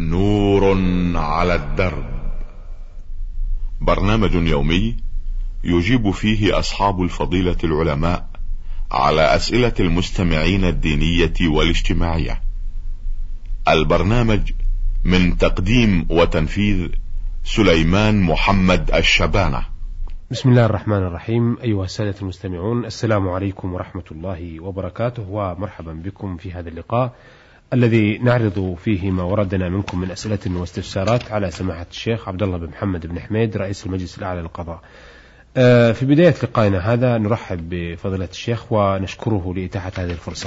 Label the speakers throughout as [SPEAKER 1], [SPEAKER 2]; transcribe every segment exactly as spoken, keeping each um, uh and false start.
[SPEAKER 1] نور على الدرب، برنامج يومي يجيب فيه أصحاب الفضيلة العلماء على أسئلة المستمعين الدينية والاجتماعية. البرنامج من تقديم وتنفيذ سليمان محمد الشبانة.
[SPEAKER 2] بسم الله الرحمن الرحيم. أيها السادة المستمعون، السلام عليكم ورحمة الله وبركاته، ومرحبا بكم في هذا اللقاء الذي نعرض فيه ما وردنا منكم من أسئلة واستفسارات على سماحة الشيخ عبد الله بن محمد بن حميد رئيس المجلس الأعلى للقضاء. في بداية لقائنا هذا نرحب بفضيلة الشيخ ونشكره لإتاحة هذه الفرصة.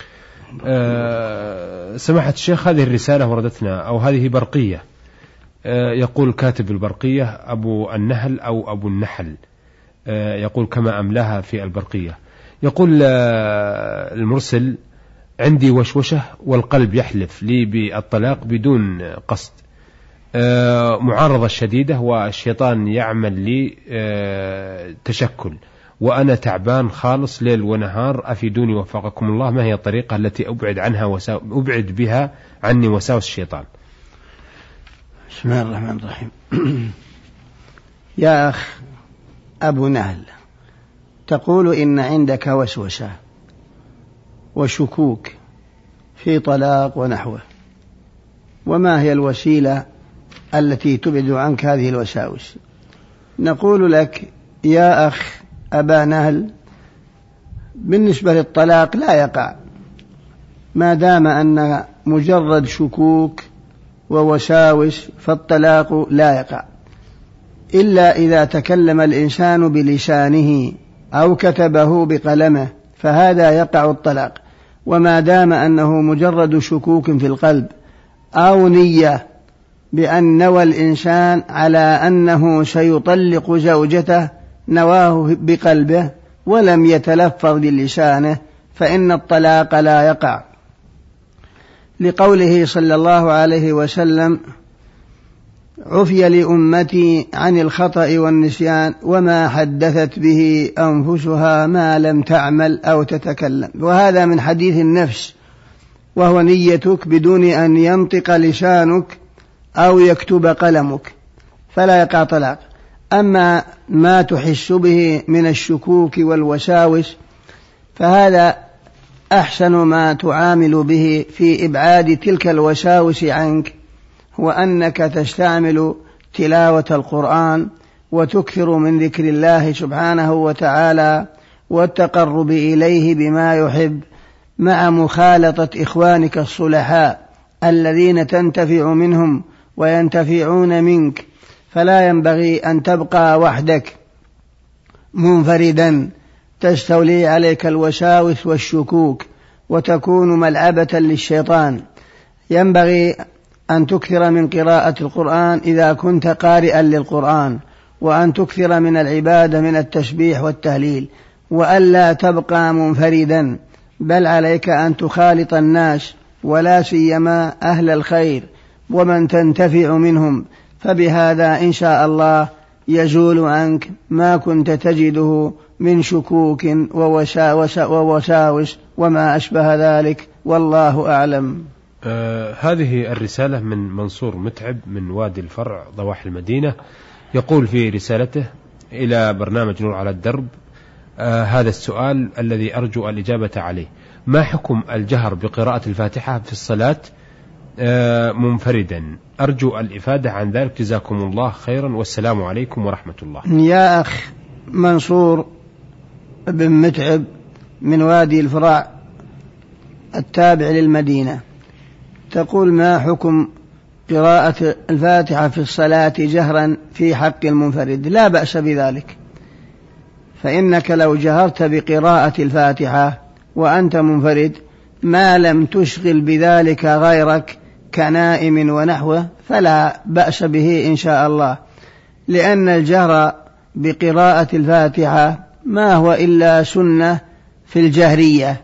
[SPEAKER 2] سماحة الشيخ، هذه الرسالة وردتنا أو هذه برقية، يقول كاتب البرقية أبو النهل أو أبو النحل، يقول كما أملاها في البرقية، يقول المرسل: عندي وشوشة والقلب يحلف لي بالطلاق بدون قصد، معارضة شديدة والشيطان يعمل لي تشكل، وأنا تعبان خالص ليل ونهار، أفيدوني وفقكم الله، ما هي الطريقة التي أبعد عنها وسا... أبعد بها عني وساوس الشيطان؟
[SPEAKER 3] بسم الله الرحمن الرحيم. يا أخ أبو نهل، تقول إن عندك وسوسة وشكوك في طلاق ونحوه، وما هي الوسيلة التي تبعد عنك هذه الوساوس؟ نقول لك يا أخ أبا نهل، بالنسبة للطلاق لا يقع ما دام أن مجرد شكوك ووساوس، فالطلاق لا يقع إلا إذا تكلم الإنسان بلسانه أو كتبه بقلمه، فهذا يقع الطلاق. وما دام أنه مجرد شكوك في القلب أو نية بأن نوى الإنسان على أنه سيطلق زوجته، نواه بقلبه ولم يتلفظ بلسانه، فإن الطلاق لا يقع، لقوله صلى الله عليه وسلم: عفي لأمتي عن الخطأ والنسيان وما حدثت به أنفسها ما لم تعمل أو تتكلم. وهذا من حديث النفس، وهو نيتك بدون أن ينطق لسانك أو يكتب قلمك، فلا يقع طلاق. أما ما تحس به من الشكوك والوساوس فهذا أحسن ما تعامل به في إبعاد تلك الوساوس عنك، هو أنك تستعمل تلاوة القرآن وتكثر من ذكر الله سبحانه وتعالى والتقرب إليه بما يحب، مع مخالطة إخوانك الصلحاء الذين تنتفع منهم وينتفعون منك. فلا ينبغي أن تبقى وحدك منفردا تستولي عليك الوساوس والشكوك وتكون ملعبة للشيطان. ينبغي أن تكثر من قراءة القرآن إذا كنت قارئا للقرآن، وأن تكثر من العبادة من التسبيح والتهليل، وألا تبقى منفردا، بل عليك أن تخالط الناس، ولا سيما أهل الخير ومن تنتفع منهم، فبهذا إن شاء الله يزول عنك ما كنت تجده من شكوك ووساوس وما أشبه ذلك، والله أعلم.
[SPEAKER 2] آه هذه الرسالة من منصور متعب من وادي الفرع ضواحي المدينة، يقول في رسالته إلى برنامج نور على الدرب آه هذا السؤال الذي أرجو الإجابة عليه: ما حكم الجهر بقراءة الفاتحة في الصلاة آه منفردا؟ أرجو الإفادة عن ذلك، جزاكم الله خيرا، والسلام عليكم ورحمة الله.
[SPEAKER 3] يا أخ منصور بن متعب من وادي الفرع التابع للمدينة، تقول: ما حكم قراءة الفاتحة في الصلاة جهرا في حق المنفرد؟ لا بأس بذلك، فإنك لو جهرت بقراءة الفاتحة وأنت منفرد ما لم تشغل بذلك غيرك كنائم ونحوه فلا بأس به إن شاء الله، لأن الجهر بقراءة الفاتحة ما هو إلا سنة في الجهرية،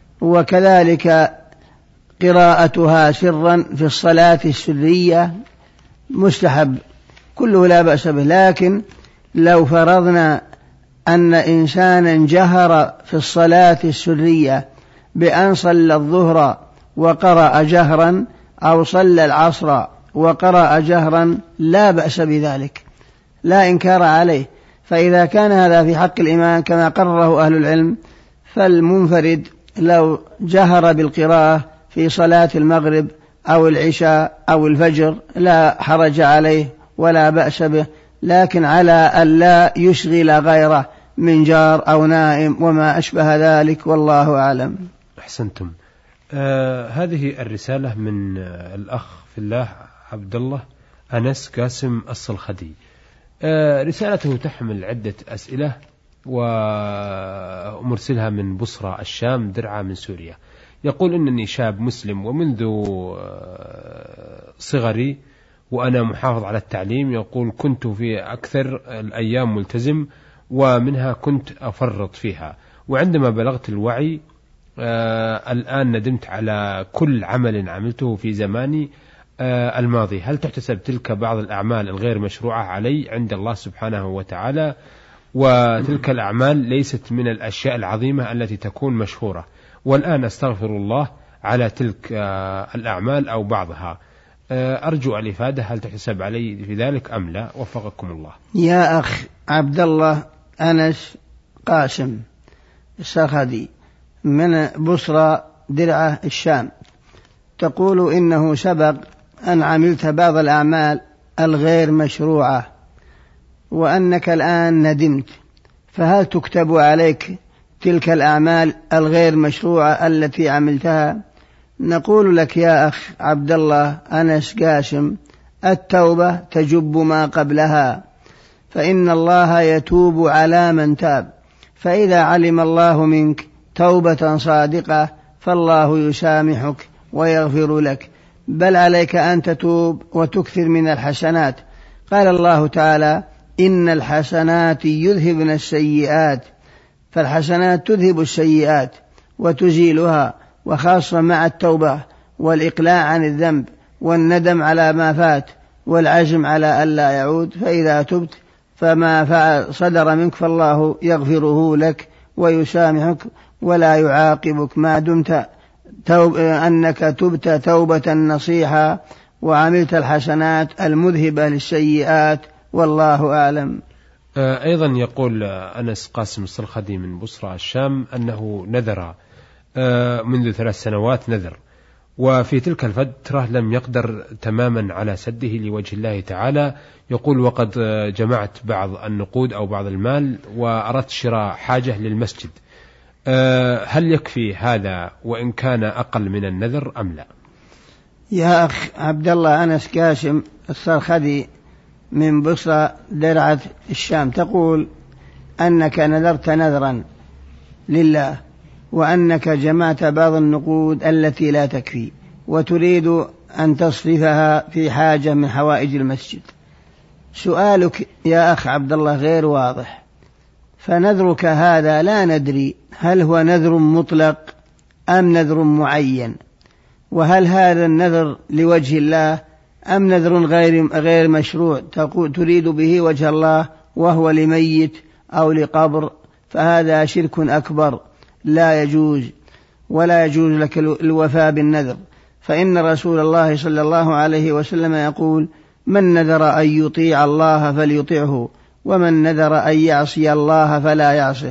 [SPEAKER 3] وكذلك قراءتها سرا في الصلاة السرية مستحب، كله لا بأس به. لكن لو فرضنا أن إنسانا جهر في الصلاة السرية بأن صلى الظهر وقرأ جهرا، أو صلى العصر وقرأ جهرا لا بأس بذلك، لا إنكار عليه. فإذا كان هذا في حق الإمام كما قرره أهل العلم، فالمنفرد لو جهر بالقراءة في صلاة المغرب أو العشاء أو الفجر لا حرج عليه ولا بأس به، لكن على أن لا يشغل غيره من جار أو نائم وما أشبه ذلك، والله أعلم.
[SPEAKER 2] أحسنتم. آه هذه الرسالة من آه الأخ في الله عبد الله أنس قاسم الصلخدي. آه رسالته تحمل عدة أسئلة ومرسلها من بصرى الشام درعا من سوريا. يقول إنني شاب مسلم ومنذ صغري وأنا محافظ على التعليم. يقول كنت في أكثر الأيام ملتزم ومنها كنت أفرط فيها، وعندما بلغت الوعي آه الآن ندمت على كل عمل عملته في زماني آه الماضي. هل تحتسب تلك بعض الأعمال الغير مشروعة علي عند الله سبحانه وتعالى؟ وتلك الأعمال ليست من الأشياء العظيمة التي تكون مشهورة، والآن أستغفر الله على تلك آه الأعمال أو بعضها. آه أرجو الإفادة، هل تحتسب علي في ذلك أم لا؟ وفقكم الله.
[SPEAKER 3] يا أخ عبد الله أنس قاسم الصلخدي من بصرى درعا الشام، تقول إنه سبق أن عملت بعض الأعمال الغير مشروعة وأنك الآن ندمت، فهل تكتب عليك تلك الأعمال الغير مشروعة التي عملتها؟ نقول لك يا أخ عبد الله أنس قاسم، التوبة تجب ما قبلها، فإن الله يتوب على من تاب، فإذا علم الله منك توبة صادقة فالله يسامحك ويغفر لك، بل عليك أن تتوب وتكثر من الحسنات. قال الله تعالى إن الحسنات يذهبن السيئات، فالحسنات تذهب السيئات وتزيلها، وخاصة مع التوبة والإقلاع عن الذنب والندم على ما فات والعزم على ألا يعود. فإذا تبت فما فعل صدر منك فالله يغفره لك ويسامحك ولا يعاقبك ما دمت توب أنك تبت توبة نصيحة وعملت الحسنات المذهبة للسيئات، والله أعلم.
[SPEAKER 2] أيضا يقول أنس قاسم الصلخدي من بصرى الشام أنه نذر منذ ثلاث سنوات نذر، وفي تلك الفترة لم يقدر تماما على سده لوجه الله تعالى. يقول وقد جمعت بعض النقود أو بعض المال وأردت شراء حاجة للمسجد، هل يكفي هذا وإن كان أقل من النذر أم لا؟
[SPEAKER 3] يا أخ عبد الله أنس قاسم الصلخدي من بصرى درعا الشام، تقول أنك نذرت نذرا لله وأنك جمعت بعض النقود التي لا تكفي وتريد أن تصرفها في حاجة من حوائج المسجد. سؤالك يا أخ عبد الله غير واضح، فنذرك هذا لا ندري هل هو نذر مطلق أم نذر معين، وهل هذا النذر لوجه الله أم نذر غير غير مشروع تريد به وجه الله وهو لميت أو لقبر، فهذا شرك أكبر لا يجوز، ولا يجوز لك الوفاء بالنذر. فإن رسول الله صلى الله عليه وسلم يقول من نذر أن يطيع الله فليطيعه، ومن نذر أن يعصي الله فلا يعصه.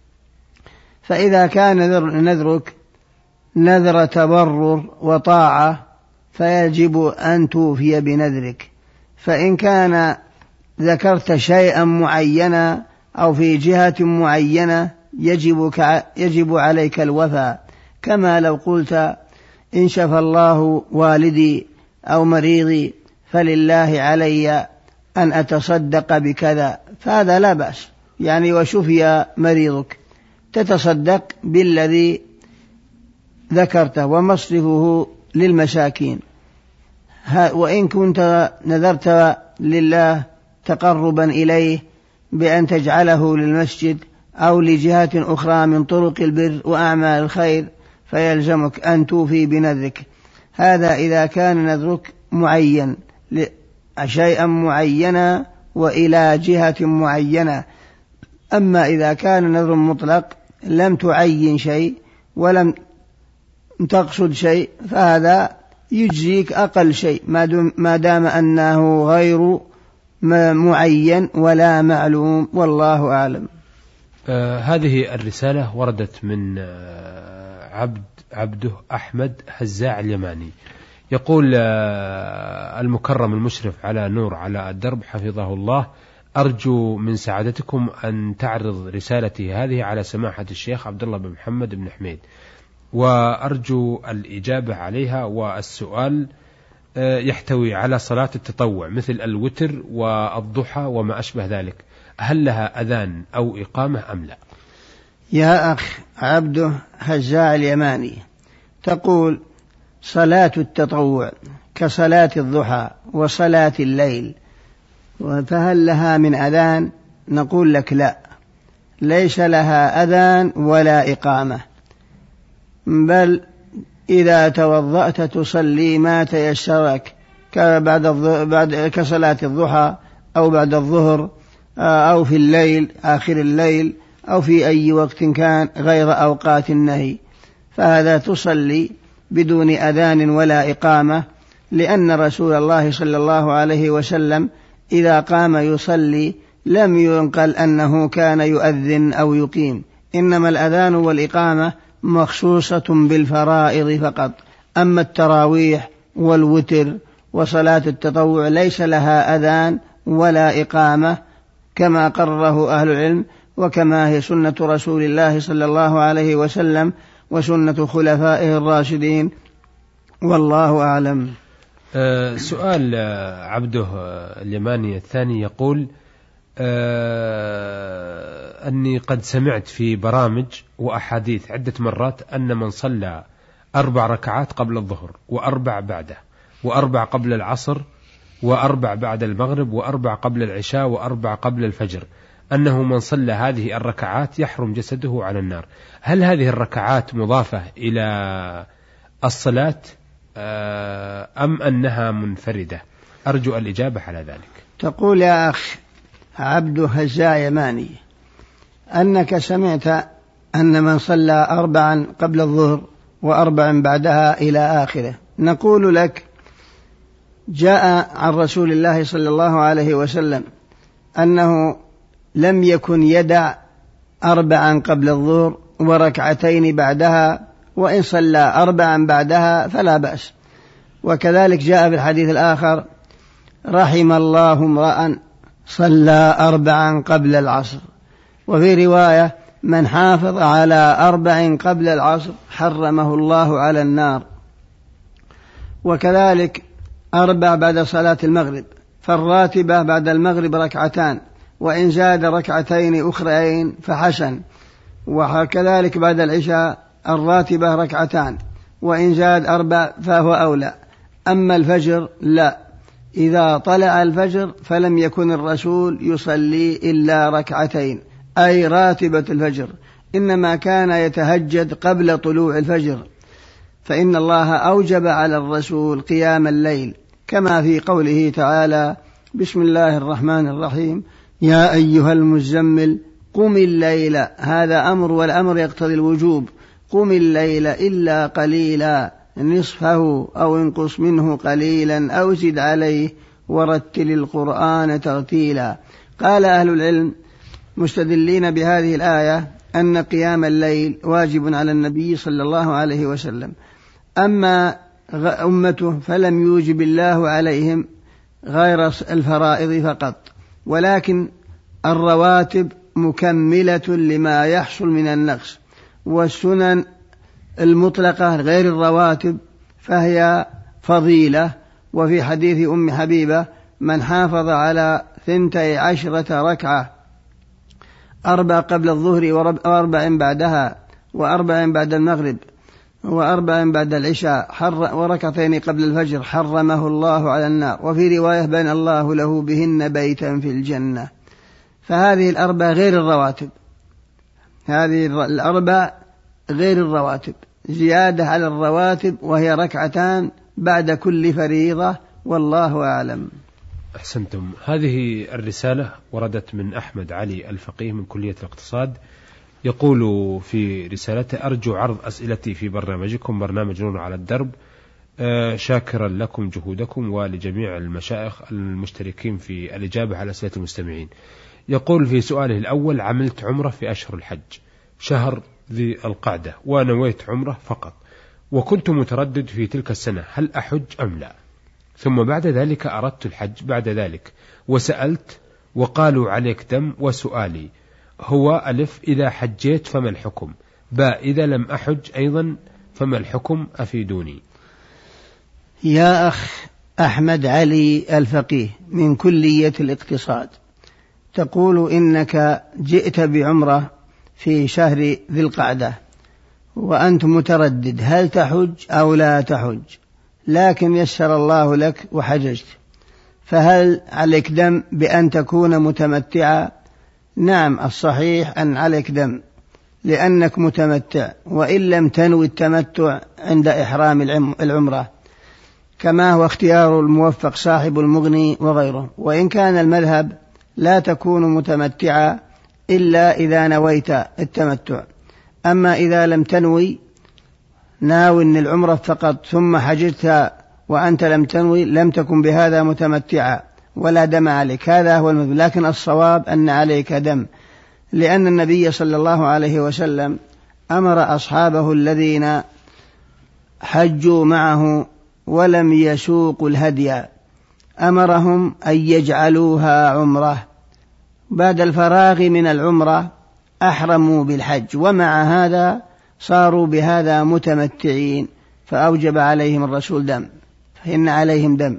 [SPEAKER 3] فإذا كان نذرك نذر تبرر وطاعة فيجب أن توفي بنذرك، فإن كان ذكرت شيئا معينا أو في جهة معينة يجب, يجب عليك الوفاء، كما لو قلت إن شفى الله والدي أو مريضي فلله علي أن أتصدق بكذا، فهذا لا بأس، يعني وشفي مريضك تتصدق بالذي ذكرته ومصرفه للمساكين. وإن كنت نذرت لله تقربا إليه بأن تجعله للمسجد أو لجهات أخرى من طرق البر وأعمال الخير فيلزمك أن توفي بنذرك. هذا إذا كان نذرك معين شيئا معينا وإلى جهة معينة. أما إذا كان نذر مطلق لم تعين شيء ولم تقصد شيء فهذا يجزيك أقل شيء ما دام أنه غير معين ولا معلوم، والله أعلم.
[SPEAKER 2] آه هذه الرسالة وردت من آه عبد عبده أحمد هزاع اليماني، يقول آه المكرم المشرف على نور على الدرب حفظه الله، أرجو من سعادتكم أن تعرض رسالتي هذه على سماحة الشيخ عبد الله بن محمد بن حميد، وأرجو الإجابة عليها. والسؤال يحتوي على صلاة التطوع مثل الوتر والضحى وما أشبه ذلك، هل لها أذان أو إقامة أم لا؟
[SPEAKER 3] يا أخ عبده هزاع اليماني، تقول صلاة التطوع كصلاة الضحى وصلاة الليل، فهل لها من أذان؟ نقول لك لا، ليس لها أذان ولا إقامة، بل إذا توضأت تصلي ما تيسرك كبعد بعد كصلاة الضحى أو بعد الظهر أو في الليل آخر الليل أو في أي وقت كان غير أوقات النهي، فهذا تصلي بدون أذان ولا إقامة، لأن رسول الله صلى الله عليه وسلم إذا قام يصلي لم ينقل أنه كان يؤذن أو يقيم، إنما الأذان والإقامة مخصوصة بالفرائض فقط، أما التراويح والوتر وصلاة التطوع ليس لها أذان ولا إقامة كما قرره أهل العلم، وكما هي سنة رسول الله صلى الله عليه وسلم وسنة خلفائه الراشدين، والله أعلم.
[SPEAKER 2] أه سؤال عبده اليماني الثاني يقول أه أني قد سمعت في برامج وأحاديث عدة مرات أن من صلى أربع ركعات قبل الظهر وأربع بعده وأربع قبل العصر وأربع بعد المغرب وأربع قبل العشاء وأربع قبل الفجر، أنه من صلى هذه الركعات يحرم جسده على النار، هل هذه الركعات مضافة إلى الصلاة أم أنها منفردة؟ أرجو الإجابة على ذلك.
[SPEAKER 3] تقول يا أخ عبد هزاع يماني أنك سمعت أن من صلى أربعا قبل الظهر وأربعا بعدها إلى آخره، نقول لك جاء عن رسول الله صلى الله عليه وسلم أنه لم يكن يدع أربعا قبل الظهر وركعتين بعدها، وإن صلى أربعا بعدها فلا بأس. وكذلك جاء في الحديث الآخر رحم الله امرأ صلى أربعا قبل العصر، وفي رواية من حافظ على أربع قبل العصر حرمه الله على النار. وكذلك أربع بعد صلاة المغرب، فالراتبة بعد المغرب ركعتان، وإن زاد ركعتين أخرين فحسن. وكذلك بعد العشاء الراتبة ركعتان، وإن زاد أربع فهو أولى. أما الفجر لا، إذا طلع الفجر فلم يكن الرسول يصلي إلا ركعتين أي راتبة الفجر، إنما كان يتهجد قبل طلوع الفجر، فإن الله أوجب على الرسول قيام الليل، كما في قوله تعالى بسم الله الرحمن الرحيم يا أيها المزمل قم الليل، هذا أمر والأمر يقتضي الوجوب، قم الليل إلا قليلا نصفه أو انقص منه قليلا أو زد عليه ورتل القرآن ترتيلا. قال أهل العلم مستدلين بهذه الآية أن قيام الليل واجب على النبي صلى الله عليه وسلم، أما أمته فلم يوجب الله عليهم غير الفرائض فقط، ولكن الرواتب مكملة لما يحصل من النقص، والسنن المطلقة غير الرواتب فهي فضيلة. وفي حديث أم حبيبة من حافظ على ثنتي عشرة ركعة، أربع قبل الظهر وأربع بعدها وأربع بعد المغرب وأربع بعد العشاء وركعتين قبل الفجر حرمه الله على النار. وفي رواية بنى الله له بهن بيتا في الجنة. فهذه الأربع غير الرواتب، هذه الأربع غير الرواتب، زيادة على الرواتب، وهي ركعتان بعد كل فريضة، والله أعلم.
[SPEAKER 2] أحسنتم. هذه الرسالة وردت من أحمد علي الفقيه من كلية الاقتصاد، يقول في رسالته أرجو عرض أسئلتي في برنامجكم برنامج نور على الدرب شاكرا لكم جهودكم ولجميع المشايخ المشتركين في الإجابة على أسئلة المستمعين. يقول في سؤاله الأول: عملت عمرة في أشهر الحج شهر ذي القعدة ونويت عمرة فقط، وكنت متردد في تلك السنة هل أحج أم لا، ثم بعد ذلك أردت الحج بعد ذلك وسألت وقالوا عليك دم، وسؤالي هو: ألف إذا حجيت فما الحكم، باء إذا لم أحج أيضا فما الحكم، أفيدوني.
[SPEAKER 3] يا أخ أحمد علي الفقيه من كلية الاقتصاد، تقول إنك جئت بعمرة في شهر ذي القعدة وأنت متردد هل تحج أو لا تحج، لكن يسر الله لك وحججت، فهل عليك دم بأن تكون متمتعا؟ نعم، الصحيح أن عليك دم لأنك متمتع، وإن لم تنوي التمتع عند إحرام العمرة، كما هو اختيار الموفق صاحب المغني وغيره. وإن كان المذهب لا تكون متمتعا إلا إذا نويت التمتع، أما إذا لم تنوي ناوي العمرة فقط ثم حججت وأنت لم تنوي لم تكن بهذا متمتعا ولا دم عليك، هذا هو المذهب. لكن الصواب أن عليك دم، لأن النبي صلى الله عليه وسلم أمر أصحابه الذين حجوا معه ولم يسوقوا الهدي، أمرهم أن يجعلوها عمرة، بعد الفراغ من العمرة أحرموا بالحج، ومع هذا صاروا بهذا متمتعين، فأوجب عليهم الرسول دم، فإن عليهم دم.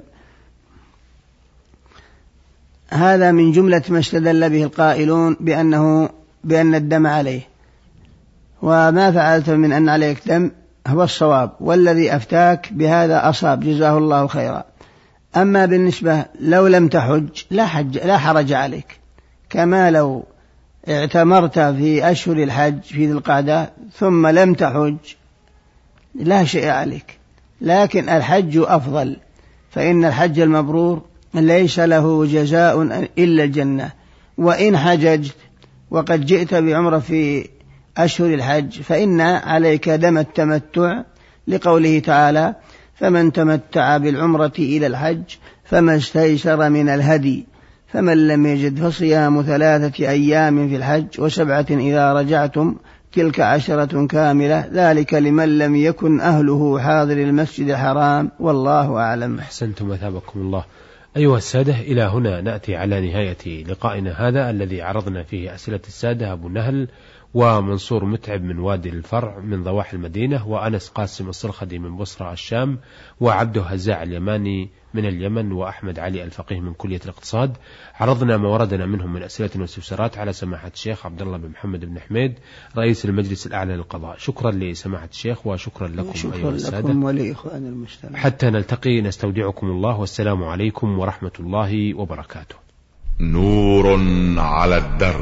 [SPEAKER 3] هذا من جملة ما استدل به القائلون بأنه بأن الدم عليه، وما فعلت من أن عليك دم هو الصواب، والذي أفتاك بهذا أصاب، جزاه الله خيرا. أما بالنسبة لو لم تحج لا, حج لا حرج عليك، كما لو اعتمرت في أشهر الحج في ذي القعدة ثم لم تحج لا شيء عليك، لكن الحج أفضل، فإن الحج المبرور ليس له جزاء إلا الجنة. وإن حججت وقد جئت بعمرة في أشهر الحج فإن عليك دم التمتع، لقوله تعالى: فمن تمتع بالعمرة إلى الحج فما استيسر من الهدي، فمن لم يجد فصيام ثلاثة أيام في الحج وسبعة إذا رجعتم تلك عشرة كاملة، ذلك لمن لم يكن أهله حاضر المسجد الحرام، والله أعلم.
[SPEAKER 2] أحسنتم وثابكم الله. أيها السادة، إلى هنا نأتي على نهاية لقائنا هذا الذي عرضنا فيه أسئلة السادة أبو نهل ومنصور متعب من وادي الفرع من ضواحي المدينة، وأنس قاسم الصرخدي من بصرة الشام، وعبده هزاع اليماني من اليمن، وأحمد علي الفقيه من كلية الاقتصاد. عرضنا ما وردنا منهم من أسئلة واستفسارات على سماحة الشيخ عبد الله بن محمد بن حميد رئيس المجلس الأعلى للقضاء. شكرا لسماحة الشيخ وشكرا لكم
[SPEAKER 3] شكرا
[SPEAKER 2] أيها السادة،
[SPEAKER 3] لكم ولإخوان المجتمع.
[SPEAKER 2] حتى نلتقي نستودعكم الله، والسلام عليكم ورحمة الله وبركاته.
[SPEAKER 1] نور على الدرب،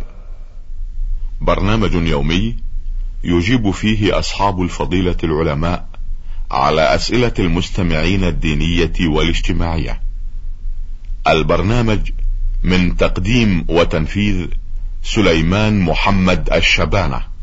[SPEAKER 1] برنامج يومي يجيب فيه أصحاب الفضيلة العلماء على أسئلة المستمعين الدينية والاجتماعية. البرنامج من تقديم وتنفيذ سليمان محمد الشبانة.